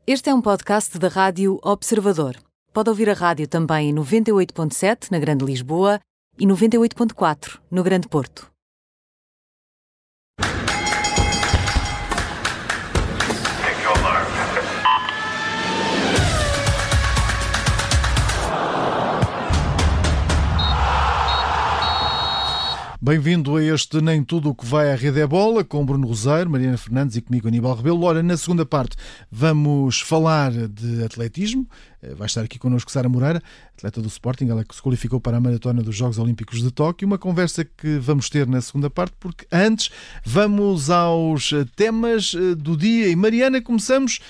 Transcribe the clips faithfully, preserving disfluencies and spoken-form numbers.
Este é um podcast da Rádio Observador. Pode ouvir a rádio também em noventa e oito ponto sete na Grande Lisboa e noventa e oito ponto quatro no Grande Porto. Bem-vindo a este Nem Tudo o que vai à Rede é Bola, com Bruno Roseiro, Mariana Fernandes e comigo Aníbal Rebelo. Ora, na segunda parte vamos falar de atletismo. Vai estar aqui connosco Sara Moreira, atleta do Sporting, ela que se qualificou para a maratona dos Jogos Olímpicos de Tóquio. Uma conversa que vamos ter na segunda parte, porque antes vamos aos temas do dia. E Mariana, começamos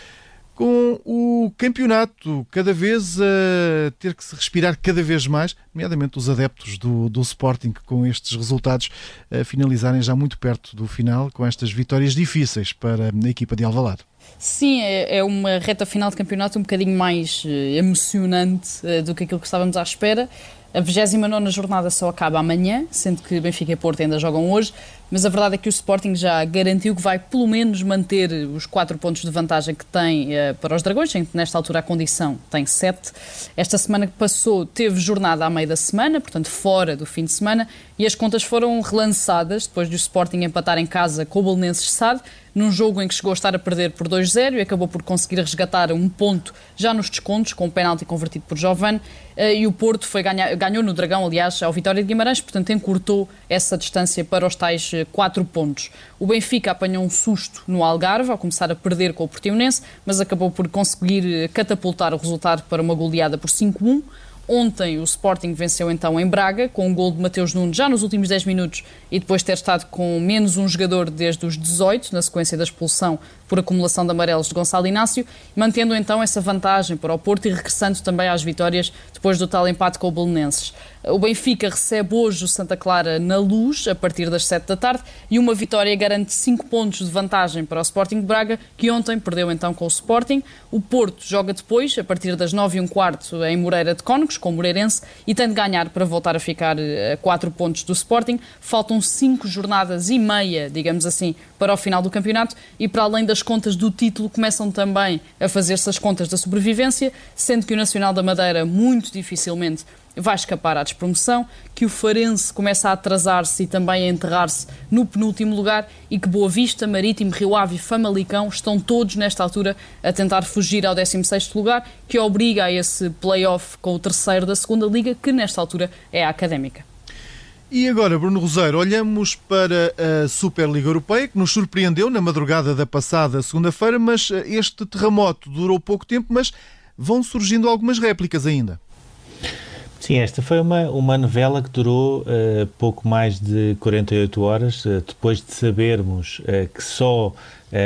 com o campeonato, cada vez a ter que se respirar cada vez mais, nomeadamente os adeptos do, do Sporting, com estes resultados a finalizarem já muito perto do final, com estas vitórias difíceis para a equipa de Alvalade. Sim, é uma reta final de campeonato um bocadinho mais emocionante do que aquilo que estávamos à espera. A vigésima nona jornada só acaba amanhã, sendo que Benfica e Porto ainda jogam hoje, mas a verdade é que o Sporting já garantiu que vai pelo menos manter os quatro pontos de vantagem que tem uh, para os Dragões, em que nesta altura a condição tem sete. Esta semana que passou teve jornada à meio da semana, portanto fora do fim de semana, e as contas foram relançadas depois do Sporting empatar em casa com o Belenenses S A D, num jogo em que chegou a estar a perder por dois zero e acabou por conseguir resgatar um ponto já nos descontos, com um penalti convertido por Jovane, e o Porto foi ganhar, ganhou no Dragão, aliás, ao Vitória de Guimarães, portanto encurtou essa distância para os tais quatro pontos. O Benfica apanhou um susto no Algarve, ao começar a perder com o Portimonense, mas acabou por conseguir catapultar o resultado para uma goleada por cinco a um. Ontem o Sporting venceu então em Braga, com um gol de Mateus Nunes já nos últimos dez minutos e depois de ter estado com menos um jogador desde os dezoito, na sequência da expulsão por acumulação de amarelos de Gonçalo Inácio, mantendo então essa vantagem para o Porto e regressando também às vitórias depois do tal empate com o Belenenses. O Benfica recebe hoje o Santa Clara na Luz, a partir das sete da tarde, e uma vitória garante cinco pontos de vantagem para o Sporting de Braga, que ontem perdeu então com o Sporting. O Porto joga depois, a partir das nove e um quarto, em Moreira de Cónegos, com o Moreirense, e tem de ganhar para voltar a ficar a quatro pontos do Sporting. Faltam cinco jornadas e meia, digamos assim, para o final do campeonato, e para além das contas do título, começam também a fazer-se as contas da sobrevivência, sendo que o Nacional da Madeira muito dificilmente vai escapar à despromoção, que o Farense começa a atrasar-se e também a enterrar-se no penúltimo lugar, e que Boa Vista, Marítimo, Rio Ave e Famalicão estão todos nesta altura a tentar fugir ao décimo sexto lugar, que obriga a esse play-off com o terceiro da segunda liga, que nesta altura é a Académica. E agora, Bruno Roseiro, olhamos para a Superliga Europeia, que nos surpreendeu na madrugada da passada segunda-feira, mas este terremoto durou pouco tempo, mas vão surgindo algumas réplicas ainda. Sim, esta foi uma, uma novela que durou uh, pouco mais de quarenta e oito horas, uh, depois de sabermos uh, que só uh,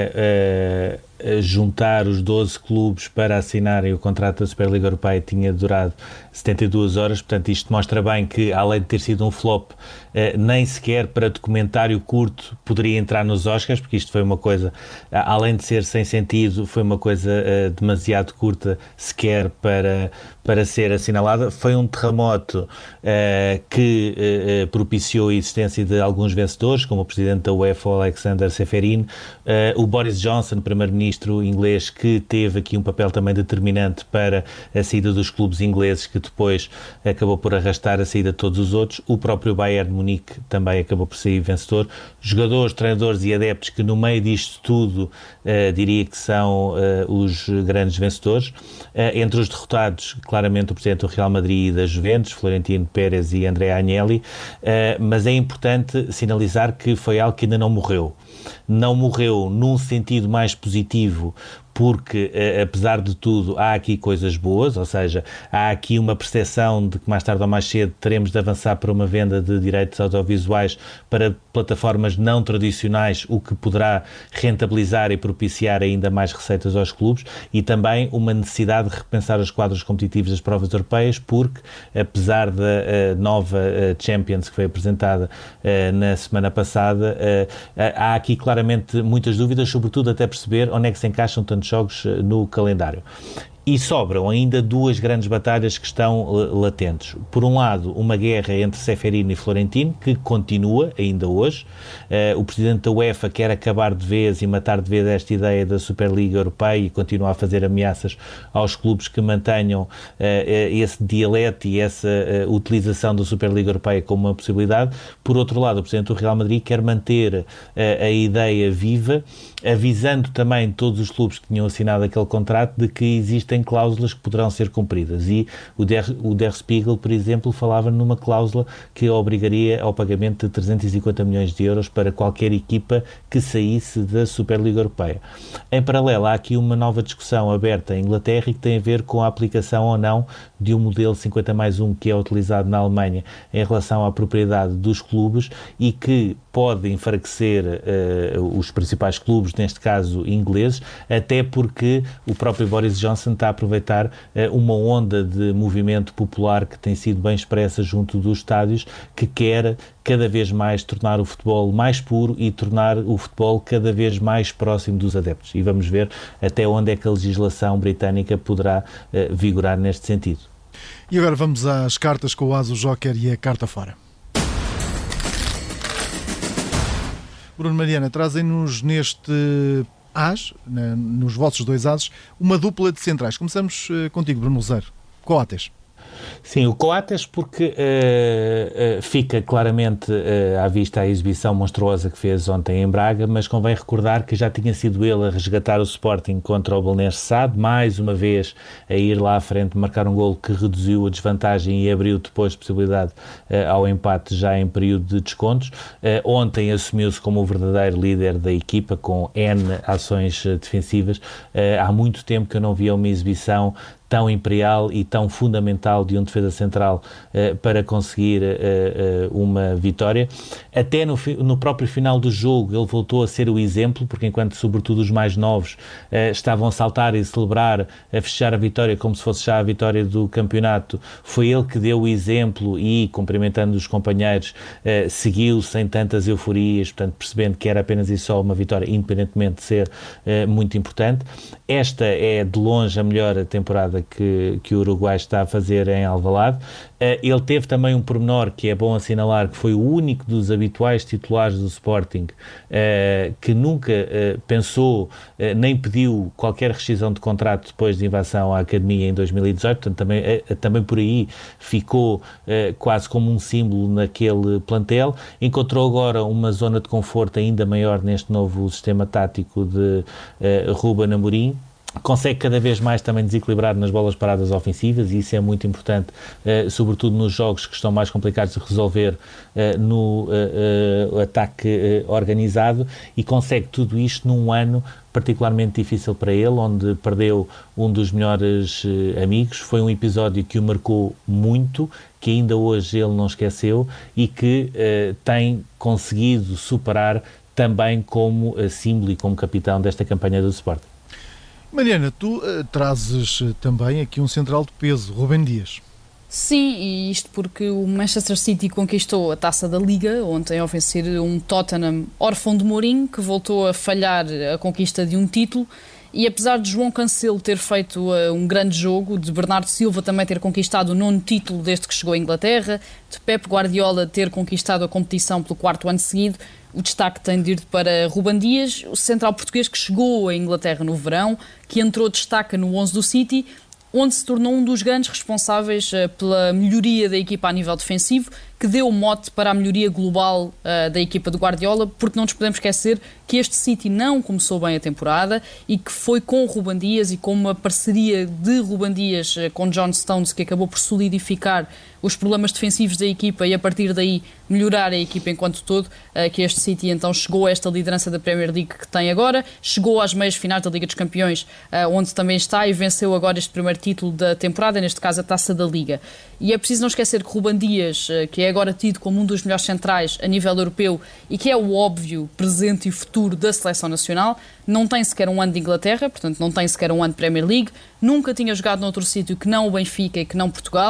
uh, juntar os doze clubes para assinarem o contrato da Superliga Europeia tinha durado setenta e duas horas, portanto isto mostra bem que, além de ter sido um flop, uh, nem sequer para documentário curto poderia entrar nos Oscars, porque isto foi uma coisa, uh, além de ser sem sentido, foi uma coisa uh, demasiado curta sequer para, para ser assinalada. Foi um terremoto uh, que uh, propiciou a existência de alguns vencedores, como o presidente da UEFA, Alexander Seferin, uh, o Boris Johnson, primeiro-ministro inglês, que teve aqui um papel também determinante para a saída dos clubes ingleses, que depois acabou por arrastar a saída de todos os outros. O próprio Bayern de Munique também acabou por sair vencedor. Jogadores, treinadores e adeptos que no meio disto tudo uh, diria que são uh, os grandes vencedores. Uh, entre os derrotados, claramente o presidente do Real Madrid e da Juventus, Florentino Pérez e Andrea Agnelli, uh, mas é importante sinalizar que foi algo que ainda não morreu. Não morreu num sentido mais positivo, porque, apesar de tudo, há aqui coisas boas, ou seja, há aqui uma percepção de que mais tarde ou mais cedo teremos de avançar para uma venda de direitos audiovisuais para plataformas não tradicionais, o que poderá rentabilizar e propiciar ainda mais receitas aos clubes, e também uma necessidade de repensar os quadros competitivos das provas europeias, porque, apesar da uh, nova uh, Champions que foi apresentada uh, na semana passada, uh, há aqui claramente muitas dúvidas, sobretudo até perceber onde é que se encaixam tantos jogos no calendário. E sobram ainda duas grandes batalhas que estão latentes. Por um lado, uma guerra entre Ceferino e Florentino, que continua ainda hoje. Uh, o presidente da UEFA quer acabar de vez e matar de vez esta ideia da Superliga Europeia e continua a fazer ameaças aos clubes que mantenham uh, esse dialeto e essa uh, utilização da Superliga Europeia como uma possibilidade. Por outro lado, o presidente do Real Madrid quer manter uh, a ideia viva, avisando também todos os clubes que tinham assinado aquele contrato de que existem cláusulas que poderão ser cumpridas, e o Der, o Der Spiegel, por exemplo, falava numa cláusula que obrigaria ao pagamento de trezentos e cinquenta milhões de euros para qualquer equipa que saísse da Superliga Europeia. Em paralelo, há aqui uma nova discussão aberta em Inglaterra e que tem a ver com a aplicação ou não de um modelo cinquenta mais um que é utilizado na Alemanha em relação à propriedade dos clubes e que pode enfraquecer uh, os principais clubes, neste caso ingleses, até porque o próprio Boris Johnson está a aproveitar uh, uma onda de movimento popular que tem sido bem expressa junto dos estádios, que quer cada vez mais tornar o futebol mais puro e tornar o futebol cada vez mais próximo dos adeptos. E vamos ver até onde é que a legislação britânica poderá uh, vigorar neste sentido. E agora vamos às cartas com o As, o Joker e a carta fora. Bruno, Mariana, trazem-nos neste As, nos vossos dois Ases, uma dupla de centrais. Começamos contigo, Bruno Roseiro. Coates. Sim, o Coates porque uh, uh, fica claramente uh, à vista a exibição monstruosa que fez ontem em Braga, mas convém recordar que já tinha sido ele a resgatar o Sporting contra o Belenenses S A D, mais uma vez a ir lá à frente, marcar um golo que reduziu a desvantagem e abriu depois possibilidade uh, ao empate já em período de descontos. Uh, ontem assumiu-se como o verdadeiro líder da equipa, com N ações uh, defensivas. Uh, há muito tempo que eu não via uma exibição tão imperial e tão fundamental de um defesa central uh, para conseguir uh, uh, uma vitória. Até no, no próprio final do jogo ele voltou a ser o exemplo, porque enquanto sobretudo os mais novos uh, estavam a saltar e celebrar, a fechar a vitória como se fosse já a vitória do campeonato, foi ele que deu o exemplo e, cumprimentando os companheiros, uh, seguiu sem tantas euforias, portanto percebendo que era apenas e só uma vitória, independentemente de ser uh, muito importante. Esta é de longe a melhor temporada Que, que o Uruguai está a fazer em Alvalade. Uh, ele teve também um pormenor que é bom assinalar, que foi o único dos habituais titulares do Sporting uh, que nunca uh, pensou uh, nem pediu qualquer rescisão de contrato depois de invasão à Academia em dois mil e dezoito, portanto também, uh, também por aí ficou uh, quase como um símbolo naquele plantel. Encontrou agora uma zona de conforto ainda maior neste novo sistema tático de uh, Ruben Amorim. Consegue cada vez mais também desequilibrar nas bolas paradas ofensivas e isso é muito importante, uh, sobretudo nos jogos que estão mais complicados de resolver uh, no uh, uh, ataque uh, organizado, e consegue tudo isto num ano particularmente difícil para ele, onde perdeu um dos melhores uh, amigos. Foi um episódio que o marcou muito, que ainda hoje ele não esqueceu e que uh, tem conseguido superar também como uh, símbolo e como capitão desta campanha do Sporting. Mariana, tu uh, trazes uh, também aqui um central de peso, Rúben Dias. Sim, e isto porque o Manchester City conquistou a Taça da Liga ontem ao vencer um Tottenham órfão de Mourinho, que voltou a falhar a conquista de um título. E apesar de João Cancelo ter feito uh, um grande jogo, de Bernardo Silva também ter conquistado o nono título desde que chegou à Inglaterra, de Pep Guardiola ter conquistado a competição pelo quarto ano seguido, o destaque tem de ir para Rúben Dias, o central português que chegou à Inglaterra no verão, que entrou destaca no onze do City, onde se tornou um dos grandes responsáveis uh, pela melhoria da equipa a nível defensivo, que deu o mote para a melhoria global uh, da equipa de Guardiola, porque não nos podemos esquecer que este City não começou bem a temporada e que foi com o Rúben Dias e com uma parceria de Rúben Dias uh, com John Stones que acabou por solidificar os problemas defensivos da equipa e a partir daí melhorar a equipa enquanto todo, uh, que este City então chegou a esta liderança da Premier League que tem agora, chegou às meias finais da Liga dos Campeões, uh, onde também está, e venceu agora este primeiro título da temporada, neste caso a Taça da Liga. E é preciso não esquecer que Rúben Dias, uh, que é agora tido como um dos melhores centrais a nível europeu e que é o óbvio presente e futuro da seleção nacional, não tem sequer um ano de Inglaterra, portanto não tem sequer um ano de Premier League, nunca tinha jogado noutro sítio que não o Benfica e que não Portugal,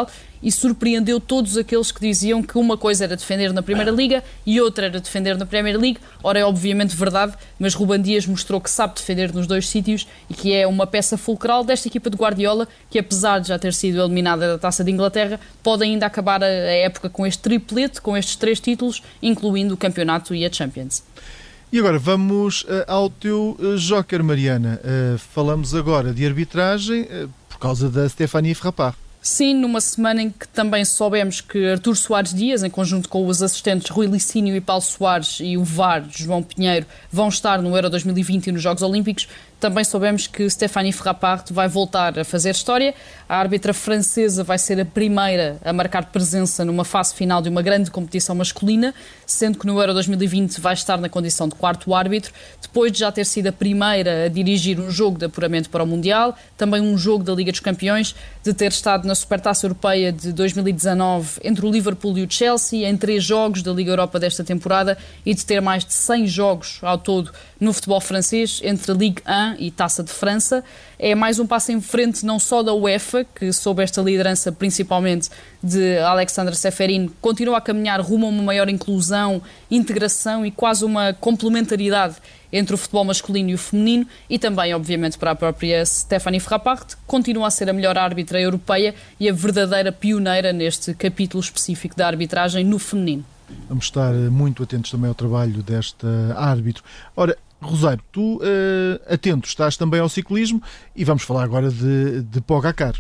e surpreendeu todos aqueles que diziam que uma coisa era defender na Primeira Liga e outra era defender na Premier League. Ora, é obviamente verdade, mas Ruben Dias mostrou que sabe defender nos dois sítios e que é uma peça fulcral desta equipa de Guardiola, que apesar de já ter sido eliminada da Taça de Inglaterra, pode ainda acabar a, a época com este triplete, com estes três títulos, incluindo o campeonato e a Champions. E agora vamos uh, ao teu uh, joker, Mariana. Uh, falamos agora de arbitragem uh, por causa da Stéphanie Frappart. Sim, numa semana em que também soubemos que Artur Soares Dias, em conjunto com os assistentes Rui Licínio e Paulo Soares e o V A R João Pinheiro, vão estar no Euro dois mil e vinte e nos Jogos Olímpicos, também soubemos que Stéphanie Frappart vai voltar a fazer história. A árbitra francesa vai ser a primeira a marcar presença numa fase final de uma grande competição masculina, sendo que no Euro dois mil e vinte vai estar na condição de quarto árbitro, depois de já ter sido a primeira a dirigir um jogo de apuramento para o Mundial, também um jogo da Liga dos Campeões, de ter estado na Supertaça Europeia de dois mil e dezanove entre o Liverpool e o Chelsea, em três jogos da Liga Europa desta temporada, e de ter mais de cem jogos ao todo no futebol francês, entre a Ligue um e Taça de França. É mais um passo em frente não só da UEFA, que sob esta liderança principalmente de Alexandre Seferin continua a caminhar rumo a uma maior inclusão, integração e quase uma complementaridade entre o futebol masculino e o feminino, e também, obviamente, para a própria Stéphanie Frappart, que continua a ser a melhor árbitra europeia e a verdadeira pioneira neste capítulo específico da arbitragem no feminino. Vamos estar muito atentos também ao trabalho desta árbitro. Ora, Rosário, tu uh, atento estás também ao ciclismo e vamos falar agora de, de Pogacar.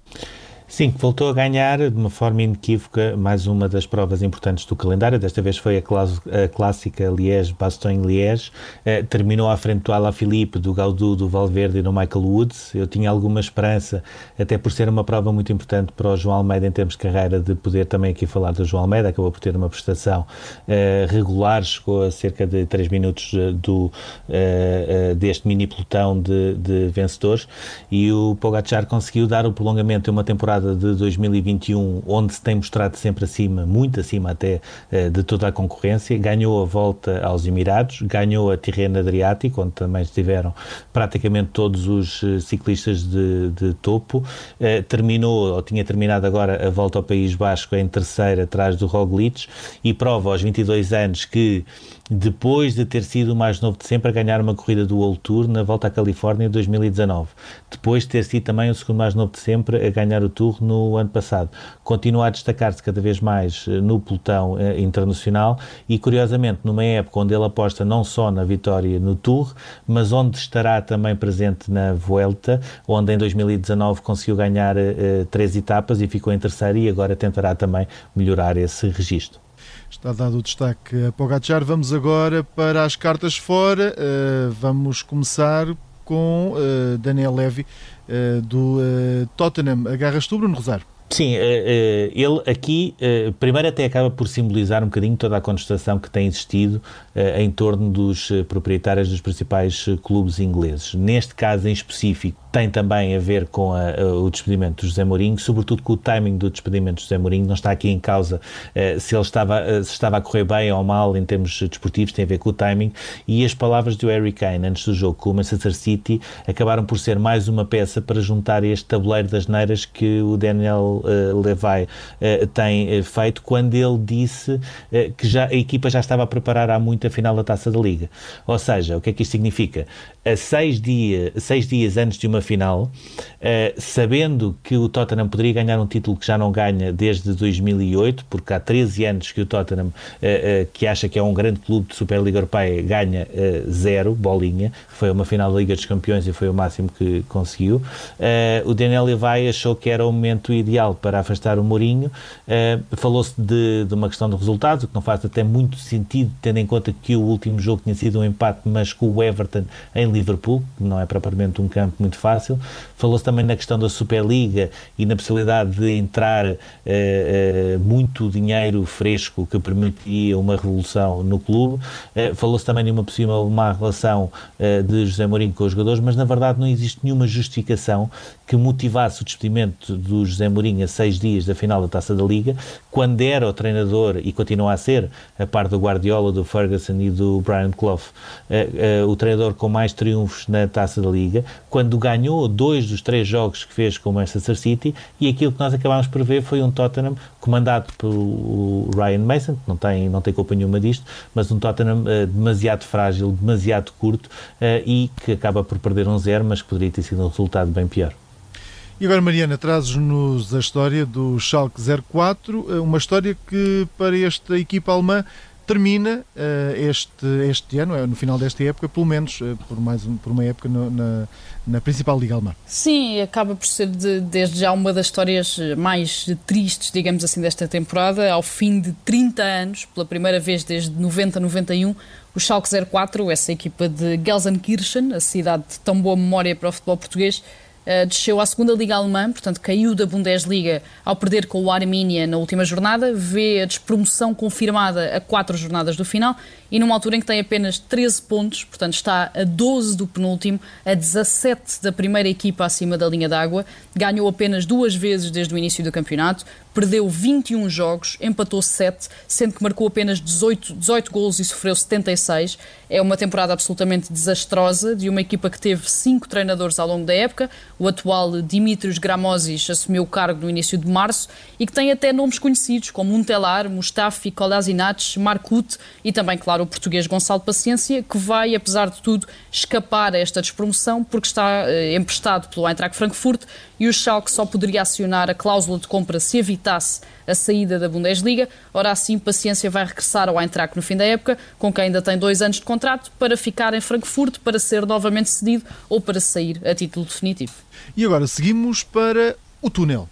Sim, que voltou a ganhar de uma forma inequívoca mais uma das provas importantes do calendário. Desta vez foi a, clás- a clássica Liège-Bastogne-Liège. Eh, terminou à frente do Alaphilippe, do Gaudu, do Valverde e do Michael Woods. Eu tinha alguma esperança, até por ser uma prova muito importante para o João Almeida em termos de carreira, de poder também aqui falar do João Almeida. Acabou por ter uma prestação eh, regular, chegou a cerca de três minutos do, eh, deste mini pelotão de, de vencedores, e o Pogacar conseguiu dar o prolongamento de uma temporada de dois mil e vinte e um, onde se tem mostrado sempre acima, muito acima até, de toda a concorrência. Ganhou a volta aos Emirados, ganhou a Tirreno Adriático, onde também estiveram praticamente todos os ciclistas de, de topo. Terminou, ou tinha terminado agora, a volta ao País Basco em terceira, atrás do Roglic, e prova aos vinte e dois anos que, depois de ter sido o mais novo de sempre a ganhar uma corrida do World Tour na Volta à Califórnia em dois mil e dezanove, depois de ter sido também o segundo mais novo de sempre a ganhar o Tour no ano passado, continua a destacar-se cada vez mais no pelotão eh, internacional, e curiosamente numa época onde ele aposta não só na vitória no Tour, mas onde estará também presente na Vuelta, onde em dois mil e dezanove conseguiu ganhar eh, três etapas e ficou em terceiro, e agora tentará também melhorar esse registro. Está dado o destaque a Pogacar. Vamos agora para as cartas fora. Uh, vamos começar com uh, Daniel Levy, uh, do uh, Tottenham. Agarras tu, Bruno Rosário? Sim, ele aqui primeiro até acaba por simbolizar um bocadinho toda a contestação que tem existido em torno dos proprietários dos principais clubes ingleses. Neste caso em específico tem também a ver com a, o despedimento de José Mourinho, sobretudo com o timing do despedimento de José Mourinho. Não está aqui em causa se ele estava, se estava a correr bem ou mal em termos desportivos, tem a ver com o timing, e as palavras do Harry Kane antes do jogo com o Manchester City acabaram por ser mais uma peça para juntar este tabuleiro das neiras que o Daniel Uh, Levy uh, tem uh, feito, quando ele disse uh, que já, a equipa já estava a preparar há muito a final da Taça da Liga. Ou seja, o que é que isto significa? A seis, dia, seis dias antes de uma final, uh, sabendo que o Tottenham poderia ganhar um título que já não ganha desde dois mil e oito, porque há treze anos que o Tottenham, uh, uh, que acha que é um grande clube de Superliga Europeia, ganha uh, zero, bolinha. Foi uma final da Liga dos Campeões e foi o máximo que conseguiu. Uh, o Daniel Levy achou que era o momento ideal para afastar o Mourinho. Uh, falou-se de, de uma questão de resultados, o que não faz até muito sentido, tendo em conta que o último jogo tinha sido um empate, mas com o Everton em Liverpool, que não é propriamente um campo muito fácil. Falou-se também na questão da Superliga e na possibilidade de entrar uh, uh, muito dinheiro fresco que permitiria uma revolução no clube. Uh, falou-se também de uma possível má relação uh, de José Mourinho com os jogadores, mas na verdade não existe nenhuma justificação que motivasse o despedimento do José Mourinho a seis dias da final da Taça da Liga, quando era o treinador, e continua a ser, a par do Guardiola, do Ferguson e do Brian Clough, uh, uh, o treinador com mais triunfos na Taça da Liga, quando ganha ganhou dois dos três jogos que fez com o Manchester City, e aquilo que nós acabámos por ver foi um Tottenham comandado pelo Ryan Mason, que não tem, não tem culpa nenhuma disto, mas um Tottenham uh, demasiado frágil, demasiado curto, uh, e que acaba por perder um zero, mas que poderia ter sido um resultado bem pior. E agora, Mariana, trazes-nos a história do Schalke zero quatro, uma história que para esta equipa alemã termina uh, este, este ano, é no final desta época, pelo menos uh, por, mais um, por uma época no, na, na principal liga alemã. Sim, acaba por ser de, desde já uma das histórias mais tristes, digamos assim, desta temporada. Ao fim de trinta anos, pela primeira vez desde noventa a noventa e um, o Schalke zero quatro, essa equipa de Gelsenkirchen, a cidade de tão boa memória para o futebol português, Uh, desceu à segunda Liga Alemã, portanto caiu da Bundesliga ao perder com o Arminia na última jornada, vê a despromoção confirmada a quatro jornadas do final e numa altura em que tem apenas treze pontos, portanto está a doze do penúltimo, a dezassete da primeira equipa acima da linha d'água, ganhou apenas duas vezes desde o início do campeonato, perdeu vinte e um jogos, empatou sete, sendo que marcou apenas dezoito, dezoito golos e sofreu setenta e seis. É uma temporada absolutamente desastrosa de uma equipa que teve cinco treinadores ao longo da época. O atual Dimitrios Gramosis assumiu o cargo no início de março e que tem até nomes conhecidos como Muntelar, Mustafi, Kolasinac, Markut e também, claro, o português Gonçalo Paciência, que vai, apesar de tudo, escapar a esta despromoção porque está eh, emprestado pelo Eintracht Frankfurt e o Schalke só poderia acionar a cláusula de compra se evitasse a saída da Bundesliga. Ora assim, Paciência vai regressar ao Eintracht no fim da época, com quem ainda tem dois anos de contrato, para ficar em Frankfurt, para ser novamente cedido ou para sair a título definitivo. E agora seguimos para o túnel.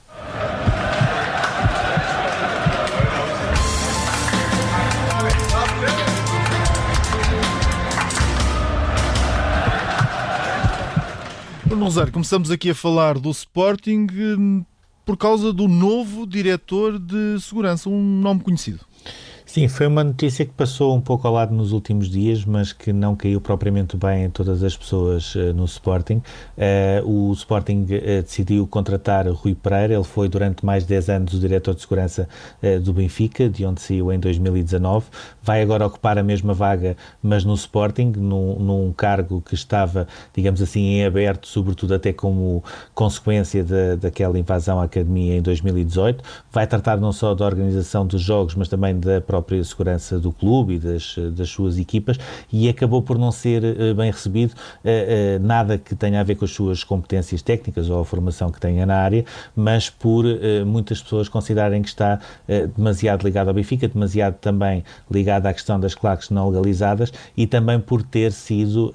Bruno Rosário, começamos aqui a falar do Sporting por causa do novo diretor de segurança, um nome conhecido. Sim, foi uma notícia que passou um pouco ao lado nos últimos dias, mas que não caiu propriamente bem em todas as pessoas uh, no Sporting. Uh, o Sporting uh, decidiu contratar Rui Pereira. Ele foi durante mais de dez anos o diretor de segurança uh, do Benfica, de onde saiu em dois mil e dezanove. Vai agora ocupar a mesma vaga, mas no Sporting, num, num cargo que estava, digamos assim, em aberto, sobretudo até como consequência de, daquela invasão à academia em dois mil e dezoito. Vai tratar não só da organização dos jogos, mas também da própria própria segurança do clube e das, das suas equipas, e acabou por não ser uh, bem recebido, uh, uh, nada que tenha a ver com as suas competências técnicas ou a formação que tenha na área, mas por uh, muitas pessoas considerarem que está uh, demasiado ligado ao Benfica, demasiado também ligado à questão das claques não legalizadas, e também por ter sido uh,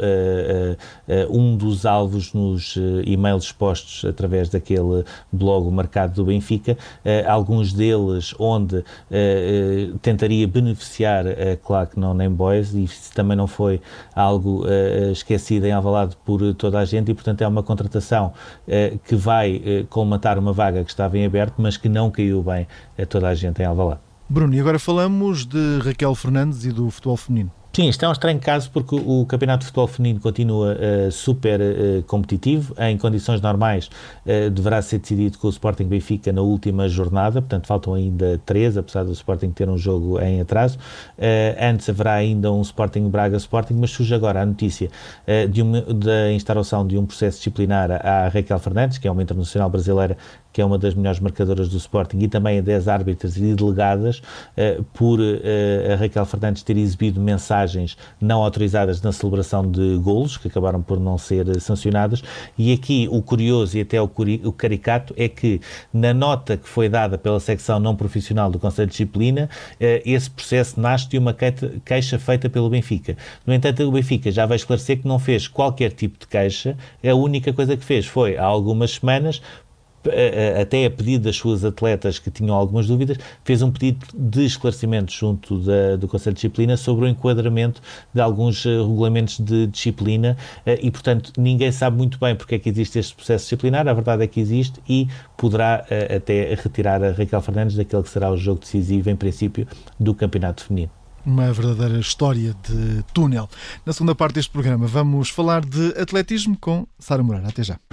uh, uh, um dos alvos nos uh, e-mails expostos através daquele blog, o Mercado do Benfica, uh, alguns deles onde uh, uh, tentaria beneficiar a claque Non Name Boys, e isso também não foi algo uh, esquecido em Alvalade por toda a gente, e portanto é uma contratação uh, que vai uh, colmatar uma vaga que estava em aberto, mas que não caiu bem a toda a gente em Alvalade. Bruno, e agora falamos de Raquel Fernandes e do futebol feminino. Sim, isto é um estranho caso porque o Campeonato de Futebol Feminino continua uh, super uh, competitivo. Em condições normais uh, deverá ser decidido com o Sporting Benfica na última jornada, portanto faltam ainda três, apesar do Sporting ter um jogo em atraso. Uh, antes haverá ainda um Sporting Braga Sporting, mas surge agora a notícia uh, de uma, da instauração de um processo disciplinar à Raquel Fernandes, que é uma internacional brasileira, que é uma das melhores marcadoras do Sporting, e também a dez árbitras e delegadas, uh, por uh, a Raquel Fernandes ter exibido mensagens não autorizadas na celebração de golos, que acabaram por não ser sancionadas. E aqui o curioso e até o, curi- o caricato é que na nota que foi dada pela secção não profissional do Conselho de Disciplina, uh, esse processo nasce de uma queixa feita pelo Benfica. No entanto, o Benfica já vai esclarecer que não fez qualquer tipo de queixa. A única coisa que fez foi, há algumas semanas, até a pedido das suas atletas que tinham algumas dúvidas, fez um pedido de esclarecimento junto da, do Conselho de Disciplina sobre o enquadramento de alguns uh, regulamentos de disciplina, uh, e portanto ninguém sabe muito bem porque é que existe este processo disciplinar. A verdade é que existe, e poderá uh, até retirar a Raquel Fernandes daquele que será o jogo decisivo, em princípio, do Campeonato Feminino. Uma verdadeira história de túnel. Na segunda parte deste programa vamos falar de atletismo com Sara Moreira. Até já.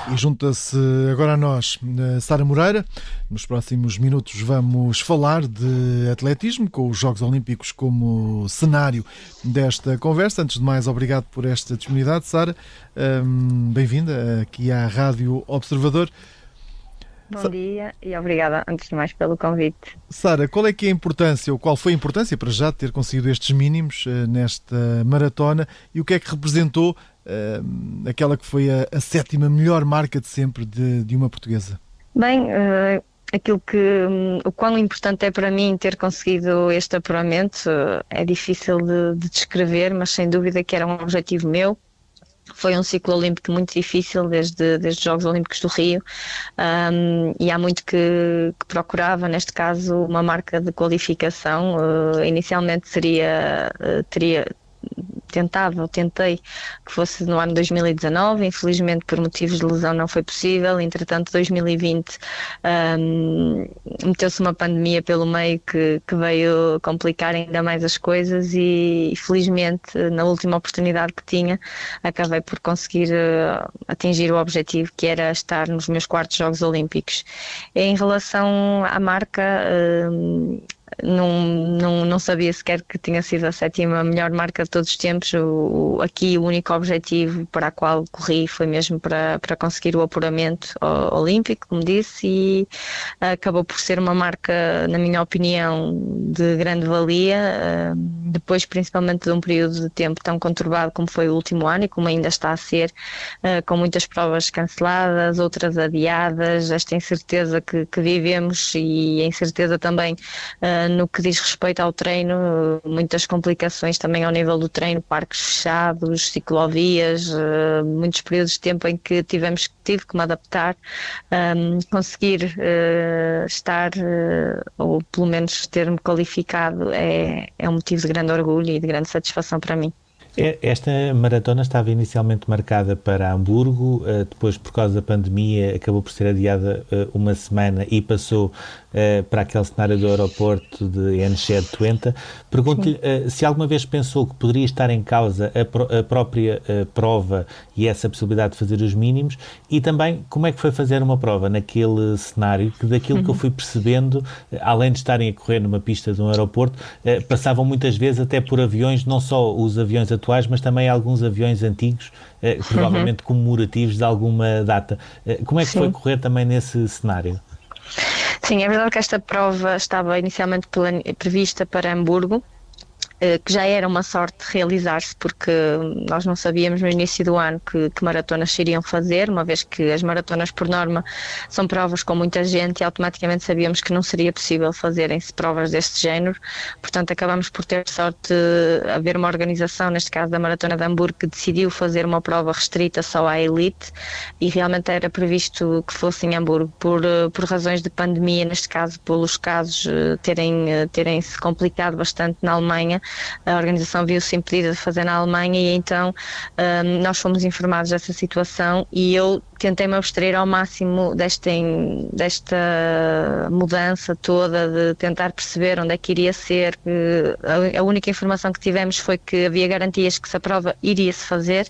E junta-se agora a nós Sara Moreira. Nos próximos minutos vamos falar de atletismo, com os Jogos Olímpicos como cenário desta conversa. Antes de mais, obrigado por esta disponibilidade, Sara. Um, bem-vinda aqui à Rádio Observador. Bom dia e obrigada, antes de mais, pelo convite. Sara, qual é que é a importância, ou qual foi a importância para já ter conseguido estes mínimos uh, nesta maratona, e o que é que representou uh, aquela que foi a, a sétima melhor marca de sempre de, de uma portuguesa? Bem, uh, aquilo que um, o quão importante é para mim ter conseguido este apuramento uh, é difícil de, de descrever, mas sem dúvida que era um objetivo meu. Foi um ciclo olímpico muito difícil desde, desde os Jogos Olímpicos do Rio, um, e há muito que, que procurava, neste caso, uma marca de qualificação. Uh, inicialmente seria, uh, teria, tentava, tentei que fosse no ano dois mil e dezanove, infelizmente por motivos de lesão não foi possível. Entretanto, dois mil e vinte um, meteu-se uma pandemia pelo meio que, que veio complicar ainda mais as coisas, e felizmente na última oportunidade que tinha acabei por conseguir uh, atingir o objetivo, que era estar nos meus quartos Jogos Olímpicos. Em relação à marca, uh, Não, não, não sabia sequer que tinha sido a sétima melhor marca de todos os tempos. O, o, aqui o único objetivo para o qual corri foi mesmo para, para conseguir o apuramento olímpico, como disse, e acabou por ser uma marca, na minha opinião, de grande valia, depois principalmente de um período de tempo tão conturbado como foi o último ano e como ainda está a ser, com muitas provas canceladas, outras adiadas, esta incerteza que, que vivemos, e a incerteza também no que diz respeito ao treino, muitas complicações também ao nível do treino, parques fechados, ciclovias, muitos períodos de tempo em que tivemos, tive que me adaptar, um, conseguir uh, estar, uh, ou pelo menos ter-me qualificado, é, é um motivo de grande orgulho e de grande satisfação para mim. Esta maratona estava inicialmente marcada para Hamburgo, depois, por causa da pandemia, acabou por ser adiada uma semana e passou para aquele cenário do aeroporto de Enschede-Twente. Pergunto-lhe se alguma vez pensou que poderia estar em causa a, pro, a própria a prova e essa possibilidade de fazer os mínimos, e também como é que foi fazer uma prova naquele cenário, que daquilo uhum. que eu fui percebendo, além de estarem a correr numa pista de um aeroporto, passavam muitas vezes até por aviões, não só os aviões atuais, mas também alguns aviões antigos, eh, provavelmente uhum. comemorativos de alguma data. Eh, como é que Sim. foi correr também nesse cenário? Sim, é verdade que esta prova estava inicialmente prevista para Hamburgo, que já era uma sorte realizar-se, porque nós não sabíamos no início do ano que, que maratonas se iriam fazer, uma vez que as maratonas, por norma, são provas com muita gente, e automaticamente sabíamos que não seria possível fazerem-se provas deste género. Portanto, acabamos por ter sorte de haver uma organização, neste caso da Maratona de Hamburgo, que decidiu fazer uma prova restrita só à elite, e realmente era previsto que fosse em Hamburgo. Por, por razões de pandemia, neste caso, pelos casos terem, terem se complicado bastante na Alemanha, a organização viu-se impedida de fazer na Alemanha, e então um, nós fomos informados dessa situação, e eu tentei-me abstrair ao máximo desta, desta mudança toda, de tentar perceber onde é que iria ser. A única informação que tivemos foi que havia garantias que se a prova iria-se fazer,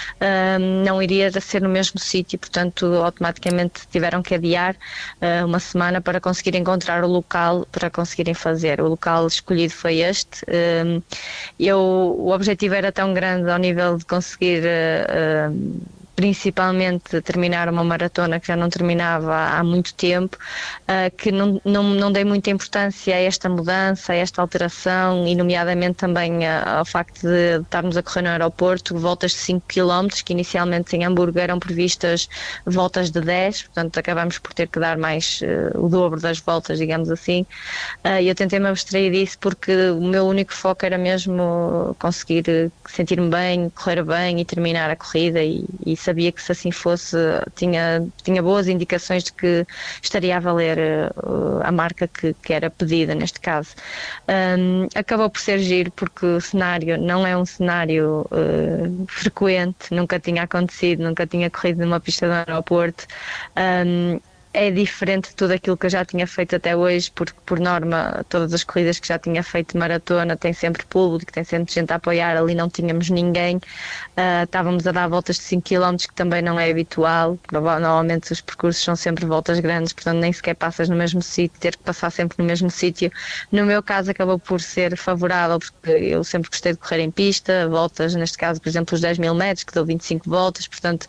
um, não iria ser no mesmo sítio, portanto automaticamente tiveram que adiar uh, uma semana para conseguir encontrar o local para conseguirem fazer. O local escolhido foi este. Um, eu, o objetivo era tão grande ao nível de conseguir uh, uh, principalmente terminar uma maratona que já não terminava há muito tempo, uh, que não, não, não dei muita importância a esta mudança, a esta alteração, e nomeadamente também a, ao facto de estarmos a correr no aeroporto voltas de cinco quilómetros, que inicialmente em Hamburgo eram previstas voltas de dez, portanto acabamos por ter que dar mais uh, o dobro das voltas, digamos assim, uh, e eu tentei-me abstrair disso, porque o meu único foco era mesmo conseguir sentir-me bem, correr bem e terminar a corrida, e, e sabia que se assim fosse, tinha, tinha boas indicações de que estaria a valer uh, a marca que, que era pedida neste caso. Um, acabou por ser giro, porque o cenário não é um cenário uh, frequente, nunca tinha acontecido, nunca tinha corrido numa pista do aeroporto. Um, é diferente de tudo aquilo que eu já tinha feito até hoje, porque por norma todas as corridas que já tinha feito de maratona tem sempre público, tem sempre gente a apoiar, ali não tínhamos ninguém, uh, estávamos a dar voltas de cinco quilómetros, que também não é habitual, normalmente os percursos são sempre voltas grandes, portanto nem sequer passas no mesmo sítio, ter que passar sempre no mesmo sítio. No meu caso acabou por ser favorável, porque eu sempre gostei de correr em pista, voltas, neste caso por exemplo os dez mil metros, que deu vinte e cinco voltas, portanto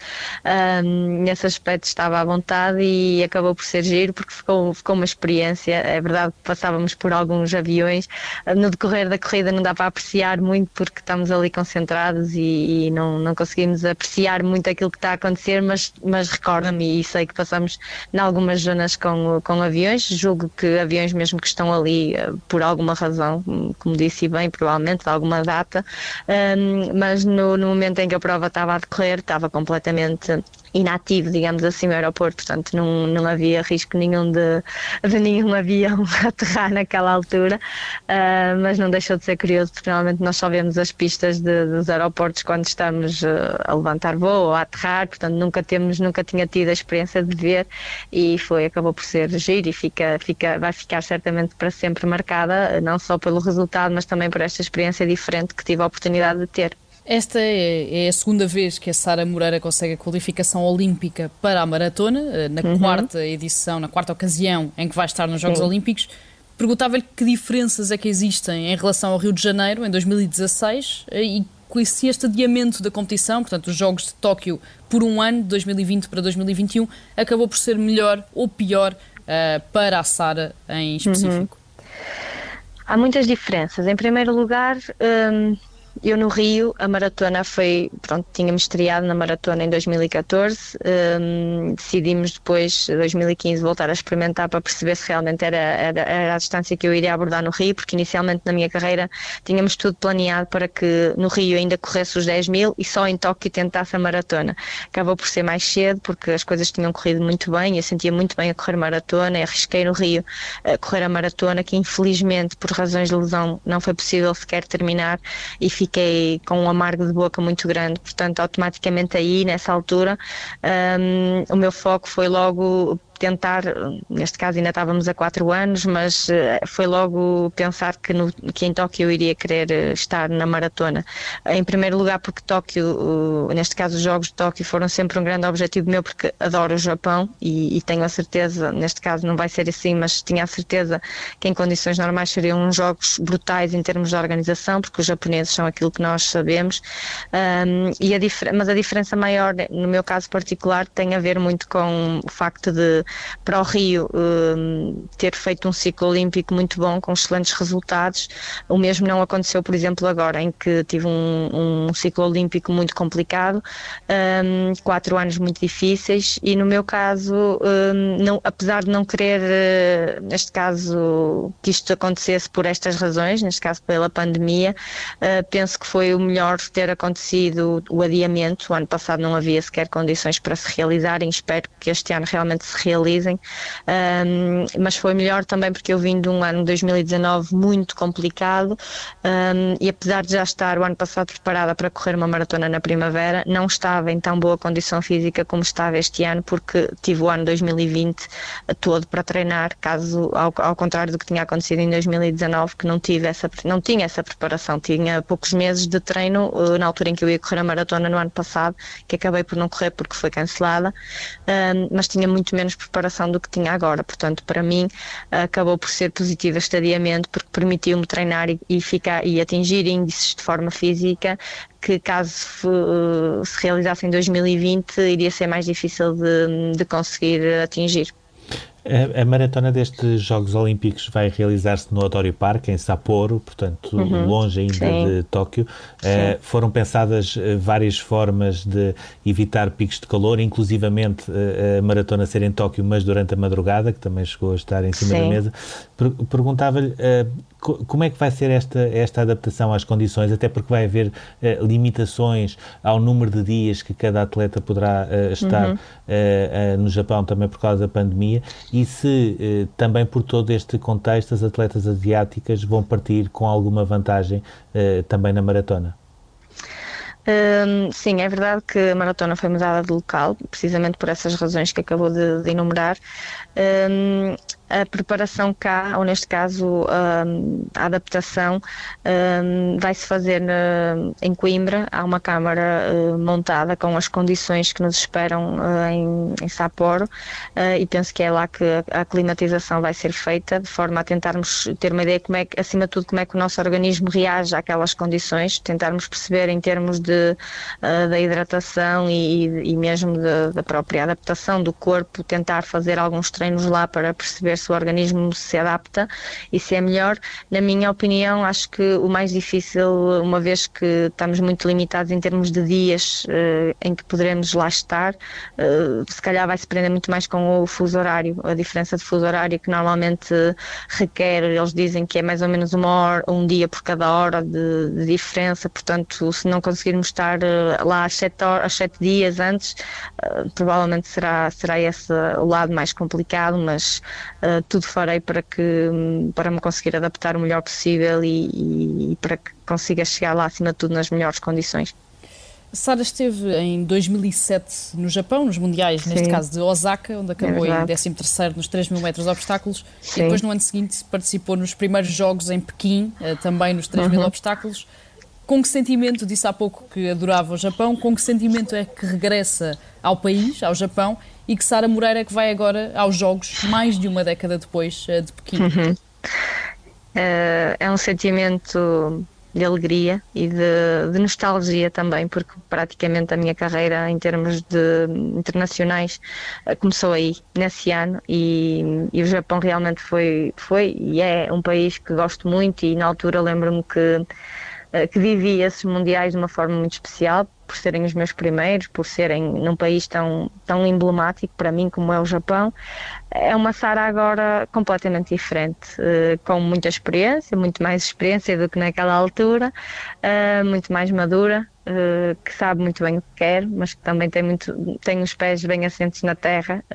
um, nesse aspecto estava à vontade e acabou por ser giro, porque ficou, ficou uma experiência. É verdade que passávamos por alguns aviões, no decorrer da corrida não dá para apreciar muito porque estamos ali concentrados e, e não, não conseguimos apreciar muito aquilo que está a acontecer, mas, mas recordo-me e sei que passamos em algumas zonas com, com aviões, julgo que aviões mesmo que estão ali por alguma razão, como disse bem, provavelmente de alguma data, um, mas no, no momento em que a prova estava a decorrer estava completamente inativo, digamos assim, no aeroporto, portanto não, não havia risco nenhum de, de nenhum avião aterrar naquela altura, uh, mas não deixou de ser curioso, porque normalmente nós só vemos as pistas de, dos aeroportos quando estamos uh, a levantar voo ou a aterrar, portanto nunca temos, nunca tinha tido a experiência de ver e foi, acabou por ser giro e fica, fica, vai ficar certamente para sempre marcada, não só pelo resultado, mas também por esta experiência diferente que tive a oportunidade de ter. Esta é, é a segunda vez que a Sara Moreira consegue a qualificação olímpica para a maratona, na uhum. quarta edição, na quarta ocasião em que vai estar nos Jogos Sim. Olímpicos. Perguntava-lhe que diferenças é que existem em relação ao Rio de Janeiro, em dois mil e dezasseis, e se este adiamento da competição, portanto os Jogos de Tóquio por um ano, de dois mil e vinte para dois mil e vinte e um, acabou por ser melhor ou pior uh, para a Sara em específico. Uhum. Há muitas diferenças. Em primeiro lugar... Um... Eu no Rio, a maratona foi, pronto, tínhamos estreado na maratona em dois mil e catorze, um, decidimos depois, em dois mil e quinze, voltar a experimentar para perceber se realmente era, era, era a distância que eu iria abordar no Rio, porque inicialmente na minha carreira tínhamos tudo planeado para que no Rio ainda corresse os dez mil e só em Tóquio tentasse a maratona. Acabou por ser mais cedo, porque as coisas tinham corrido muito bem, eu sentia muito bem a correr maratona, e arrisquei no Rio a correr a maratona, que infelizmente por razões de lesão não foi possível sequer terminar e fiquei com um amargo de boca muito grande, portanto automaticamente aí nessa altura um, o meu foco foi logo tentar, neste caso ainda estávamos a quatro anos, mas foi logo pensar que, no, que em Tóquio eu iria querer estar na maratona. Em primeiro lugar porque Tóquio, neste caso os Jogos de Tóquio foram sempre um grande objetivo meu, porque adoro o Japão e, e tenho a certeza, neste caso não vai ser assim, mas tinha a certeza que em condições normais seriam uns jogos brutais em termos de organização, porque os japoneses são aquilo que nós sabemos, um, e a mas a diferença maior, no meu caso particular, tem a ver muito com o facto de para o Rio um, ter feito um ciclo olímpico muito bom, com excelentes resultados. O mesmo não aconteceu, por exemplo, agora, em que tive um, um ciclo olímpico muito complicado, um, quatro anos muito difíceis, e no meu caso, um, não, apesar de não querer, uh, neste caso, que isto acontecesse por estas razões, neste caso pela pandemia, uh, penso que foi o melhor ter acontecido o adiamento. O ano passado não havia sequer condições para se realizarem, espero que este ano realmente se realizem. Um, mas foi melhor também porque eu vim de um ano dois mil e dezanove muito complicado, um, e apesar de já estar o ano passado preparada para correr uma maratona na primavera, não estava em tão boa condição física como estava este ano, porque tive o ano dois mil e vinte todo para treinar, caso ao, ao contrário do que tinha acontecido em dois mil e dezanove, que não, tive essa, não tinha essa preparação, tinha poucos meses de treino uh, na altura em que eu ia correr a maratona no ano passado, que acabei por não correr porque foi cancelada, um, mas tinha muito menos preparação do que tinha agora, portanto para mim acabou por ser positivo este adiamento, porque permitiu-me treinar e, e, ficar, e atingir índices de forma física que caso uh, se realizasse em dois mil e vinte iria ser mais difícil de, de conseguir atingir. A, a maratona destes Jogos Olímpicos vai realizar-se no Odori Park, em Sapporo, portanto, uhum, longe ainda sim. de Tóquio. Uh, foram pensadas uh, várias formas de evitar picos de calor, inclusivamente uh, a maratona ser em Tóquio, mas durante a madrugada, que também chegou a estar em cima sim. da mesa. Per- perguntava-lhe uh, co- como é que vai ser esta, esta adaptação às condições, até porque vai haver uh, limitações ao número de dias que cada atleta poderá uh, estar uhum. uh, uh, no Japão, também por causa da pandemia. E se eh, também por todo este contexto as atletas asiáticas vão partir com alguma vantagem eh, também na maratona? Hum, sim, é verdade que a maratona foi mudada de local, precisamente por essas razões que acabou de, de enumerar. Hum, a preparação cá, ou neste caso hum, a adaptação, hum, vai-se fazer na, em Coimbra. Há uma câmara uh, montada com as condições que nos esperam uh, em, em Sapporo, uh, e penso que é lá que a, a climatização vai ser feita, de forma a tentarmos ter uma ideia, como é que, acima de tudo, como é que o nosso organismo reage àquelas condições, tentarmos perceber em termos de, uh, da hidratação e, e mesmo de, da própria adaptação do corpo, tentar fazer alguns treinos lá para perceber se o organismo se adapta e se é melhor. Na minha opinião, acho que o mais difícil, uma vez que estamos muito limitados em termos de dias uh, em que poderemos lá estar, uh, se calhar vai se prender muito mais com o fuso horário, a diferença de fuso horário que normalmente requer, eles dizem que é mais ou menos uma hora, um dia por cada hora de, de diferença. Portanto, se não conseguirmos estar uh, lá às sete, horas, às sete dias antes, uh, provavelmente será, será esse o lado mais complicado, mas uh, tudo farei para, que, para me conseguir adaptar o melhor possível e, e, e para que consiga chegar lá, acima de tudo, nas melhores condições. Sara esteve em dois mil e sete no Japão, nos Mundiais, Sim. neste caso de Osaka, onde acabou é em décimo terceiro nos três mil metros obstáculos. Sim. E depois no ano seguinte participou nos primeiros Jogos em Pequim, também nos três mil uhum. obstáculos. Com que sentimento, disse há pouco que adorava o Japão, com que sentimento é que regressa ao país, ao Japão, e que Sara Moreira é que vai agora aos Jogos, mais de uma década depois de Pequim? Uhum. Uh, é um sentimento de alegria e de, de nostalgia também, porque praticamente a minha carreira em termos de internacionais começou aí, nesse ano, e, e o Japão realmente foi, foi e é um país que gosto muito, e na altura lembro-me que que vivi esses mundiais de uma forma muito especial, por serem os meus primeiros, por serem num país tão, tão emblemático para mim como é o Japão. É uma Sara agora completamente diferente, com muita experiência, muito mais experiência do que naquela altura, muito mais madura, que sabe muito bem o que quer, mas que também tem, muito, tem os pés bem assentes na terra,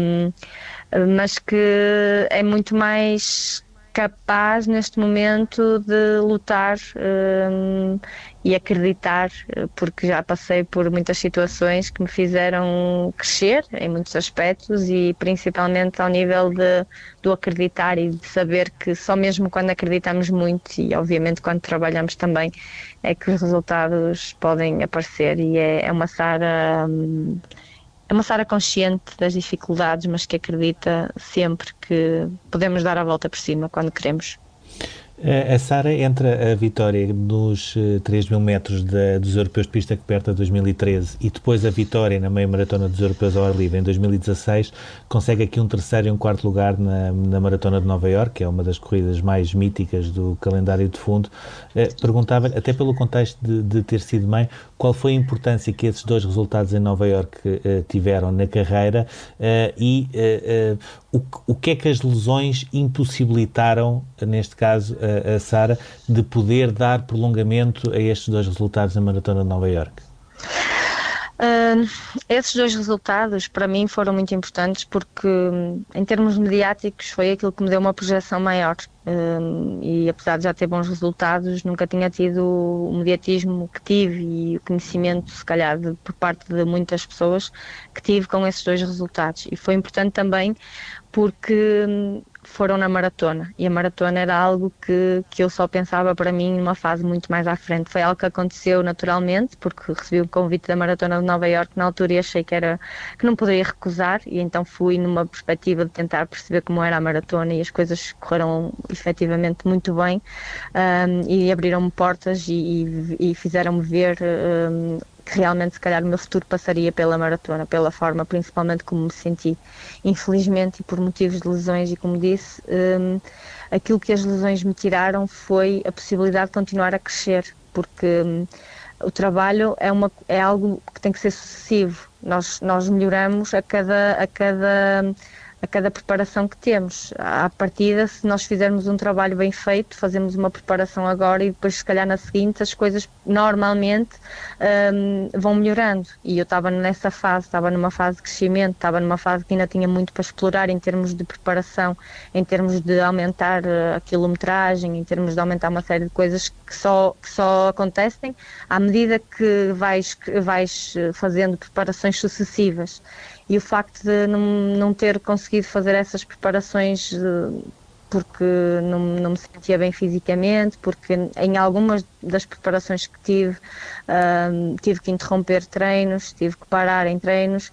mas que é muito mais capaz neste momento de lutar um, e acreditar, porque já passei por muitas situações que me fizeram crescer em muitos aspectos, e principalmente ao nível de, do acreditar e de saber que só mesmo quando acreditamos muito, e obviamente quando trabalhamos também, é que os resultados podem aparecer. E é, é uma Sara um, É uma Sara consciente das dificuldades, mas que acredita sempre que podemos dar a volta por cima quando queremos. A Sara, entre a vitória nos três mil metros da, dos Europeus de Pista Coberta de dois mil e treze e depois a vitória na meia maratona dos Europeus ao ar livre em dois mil e dezasseis, consegue aqui um terceiro e um quarto lugar na, na Maratona de Nova Iorque, que é uma das corridas mais míticas do calendário de fundo. Eh, perguntava, até pelo contexto de, de ter sido mãe, qual foi a importância que esses dois resultados em Nova Iorque eh, tiveram na carreira eh, e eh, eh, o, o que é que as lesões impossibilitaram, neste caso, a, a Sara, de poder dar prolongamento a estes dois resultados na Maratona de Nova Iorque? Uh, esses dois resultados para mim foram muito importantes, porque em termos mediáticos foi aquilo que me deu uma projeção maior, uh, e apesar de já ter bons resultados, nunca tinha tido o mediatismo que tive e o conhecimento, se calhar, de, por parte de muitas pessoas que tive com esses dois resultados. E foi importante também porque foram na maratona, e a maratona era algo que, que eu só pensava para mim numa fase muito mais à frente. Foi algo que aconteceu naturalmente, porque recebi o convite da Maratona de Nova Iorque na altura e achei que, era, que não poderia recusar, e então fui numa perspectiva de tentar perceber como era a maratona, e as coisas correram efetivamente muito bem, um, e abriram-me portas e, e, e fizeram-me ver um, que realmente se calhar o meu futuro passaria pela maratona, pela forma principalmente como me senti. Infelizmente, e por motivos de lesões, e como disse, um, aquilo que as lesões me tiraram foi a possibilidade de continuar a crescer, porque um, o trabalho é, uma, é algo que tem que ser sucessivo. Nós, nós melhoramos a cada, a cada a cada preparação que temos. À partida, se nós fizermos um trabalho bem feito, fazemos uma preparação agora e depois, se calhar, na seguinte, as coisas normalmente um, vão melhorando. E eu estava nessa fase, estava numa fase de crescimento, estava numa fase que ainda tinha muito para explorar em termos de preparação, em termos de aumentar a quilometragem, em termos de aumentar uma série de coisas que só, que só acontecem à medida que vais, que vais fazendo preparações sucessivas. E o facto de não, não ter conseguido fazer essas preparações porque não, não me sentia bem fisicamente, porque em algumas das preparações que tive, um, tive que interromper treinos, tive que parar em treinos,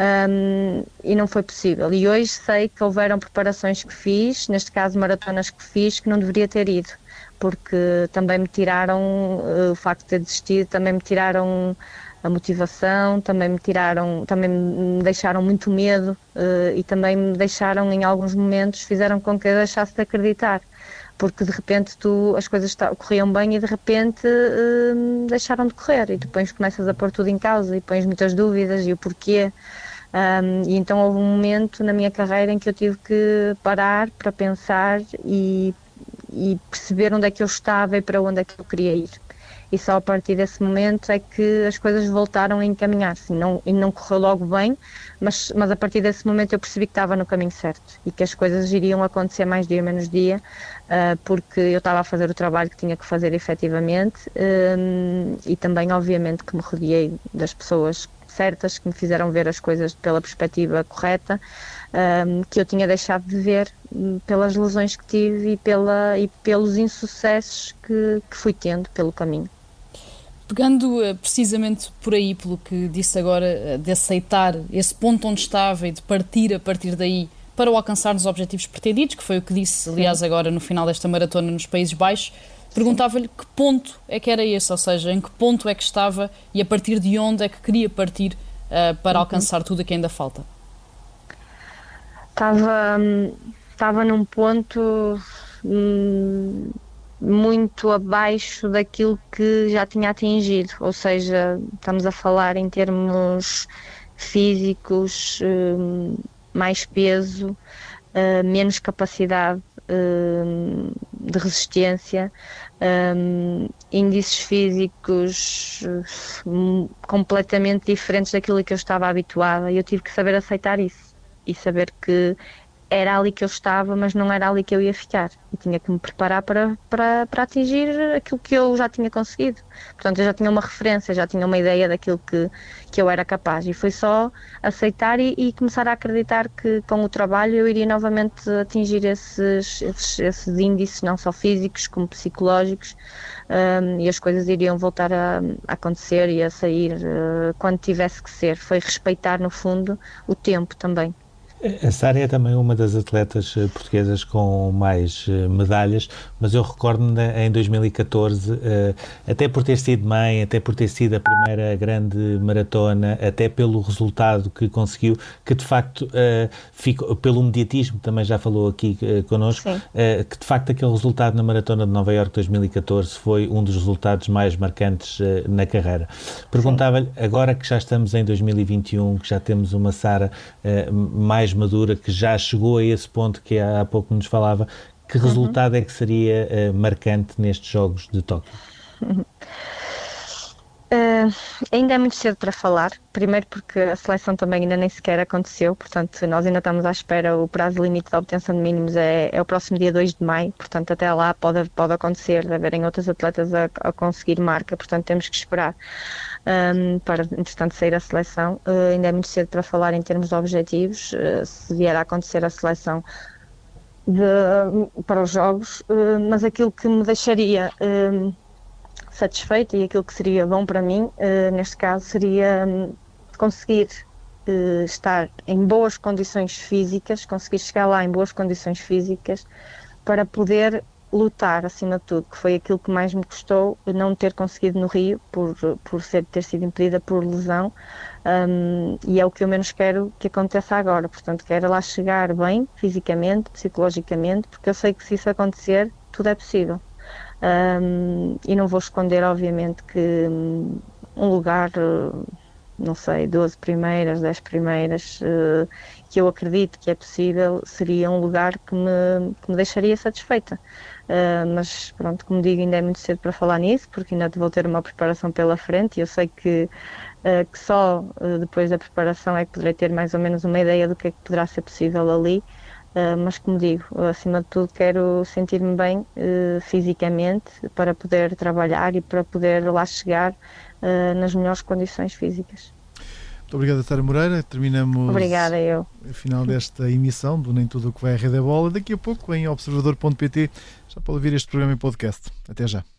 um, e não foi possível. E hoje sei que houveram preparações que fiz, neste caso maratonas que fiz, que não deveria ter ido, porque também me tiraram, uh, o facto de ter desistido, também me tiraram a motivação, também me tiraram, também me deixaram muito medo uh, e também me deixaram em alguns momentos, fizeram com que eu deixasse de acreditar, porque de repente tu, as coisas corriam bem e de repente uh, deixaram de correr e depois começas a pôr tudo em causa e pões muitas dúvidas e o porquê. Um, e então houve um momento na minha carreira em que eu tive que parar para pensar e, e perceber onde é que eu estava e para onde é que eu queria ir. E só a partir desse momento é que as coisas voltaram a encaminhar-se. Não, e não correu logo bem, mas, mas a partir desse momento eu percebi que estava no caminho certo e que as coisas iriam acontecer mais dia menos dia, uh, porque eu estava a fazer o trabalho que tinha que fazer efetivamente, um, e também obviamente que me rodeei das pessoas certas, que me fizeram ver as coisas pela perspectiva correta, um, que eu tinha deixado de ver pelas lesões que tive e, pela, e pelos insucessos que, que fui tendo pelo caminho. Pegando uh, precisamente por aí, pelo que disse agora, uh, de aceitar esse ponto onde estava e de partir a partir daí para o alcançar os objetivos pretendidos, que foi o que disse, aliás, agora no final desta maratona nos Países Baixos, perguntava-lhe que ponto é que era esse, ou seja, em que ponto é que estava e a partir de onde é que queria partir uh, para uhum. alcançar tudo o que ainda falta. Estava, estava num ponto hum, muito abaixo daquilo que já tinha atingido, ou seja, estamos a falar em termos físicos, hum, mais peso, uh, menos capacidade hum, de resistência, um, índices físicos um, completamente diferentes daquilo que eu estava habituada, e eu tive que saber aceitar isso e saber que era ali que eu estava, mas não era ali que eu ia ficar. E tinha que me preparar para, para, para atingir aquilo que eu já tinha conseguido. Portanto, eu já tinha uma referência, já tinha uma ideia daquilo que, que eu era capaz. E foi só aceitar e, e começar a acreditar que com o trabalho eu iria novamente atingir esses, esses, esses índices, não só físicos como psicológicos, um, e as coisas iriam voltar a, a acontecer e a sair uh, quando tivesse que ser. Foi respeitar, no fundo, o tempo também. A Sara é também uma das atletas portuguesas com mais medalhas, mas eu recordo-me em dois mil e catorze, até por ter sido mãe, até por ter sido a primeira grande maratona, até pelo resultado que conseguiu, que de facto, ficou, pelo mediatismo, também já falou aqui connosco, Sim. que de facto aquele resultado na Maratona de Nova Iorque dois mil e catorze foi um dos resultados mais marcantes na carreira. Perguntava-lhe, agora que já estamos em dois mil e vinte e um, que já temos uma Sara mais madura, que já chegou a esse ponto que há pouco nos falava, que resultado uhum. é que seria uh, marcante nestes Jogos de Tóquio? Uhum. Uh, ainda é muito cedo para falar, primeiro porque a seleção também ainda nem sequer aconteceu, portanto nós ainda estamos à espera, o prazo limite da obtenção de mínimos é, é o próximo dia dois de maio, portanto até lá pode, pode acontecer, de haverem outras atletas a, a conseguir marca, portanto temos que esperar um, para entretanto sair a seleção. Uh, ainda é muito cedo para falar em termos de objetivos, uh, se vier a acontecer a seleção de, para os Jogos, uh, mas aquilo que me deixaria uh, satisfeita e aquilo que seria bom para mim, uh, neste caso, seria um, conseguir uh, estar em boas condições físicas, conseguir chegar lá em boas condições físicas para poder lutar, acima de tudo, que foi aquilo que mais me custou, não ter conseguido no Rio, por, por ser, ter sido impedida por lesão, um, e é o que eu menos quero que aconteça agora. Portanto, quero lá chegar bem, fisicamente, psicologicamente, porque eu sei que se isso acontecer, tudo é possível. Um, e não vou esconder, obviamente, que um lugar, não sei, doze primeiras, dez primeiras, uh, que eu acredito que é possível, seria um lugar que me, que me deixaria satisfeita. Uh, mas pronto, como digo, ainda é muito cedo para falar nisso, porque ainda vou ter uma preparação pela frente e eu sei que, uh, que só uh, depois da preparação é que poderei ter mais ou menos uma ideia do que é que poderá ser possível ali. Uh, mas como digo, acima de tudo quero sentir-me bem uh, fisicamente para poder trabalhar e para poder lá chegar uh, nas melhores condições físicas. Muito obrigado, Sara Moreira. Terminamos Obrigada, eu. a final desta emissão do Nem Tudo o que vai à Rede da Bola. Daqui a pouco em observador ponto pt já pode ouvir este programa em podcast. Até já.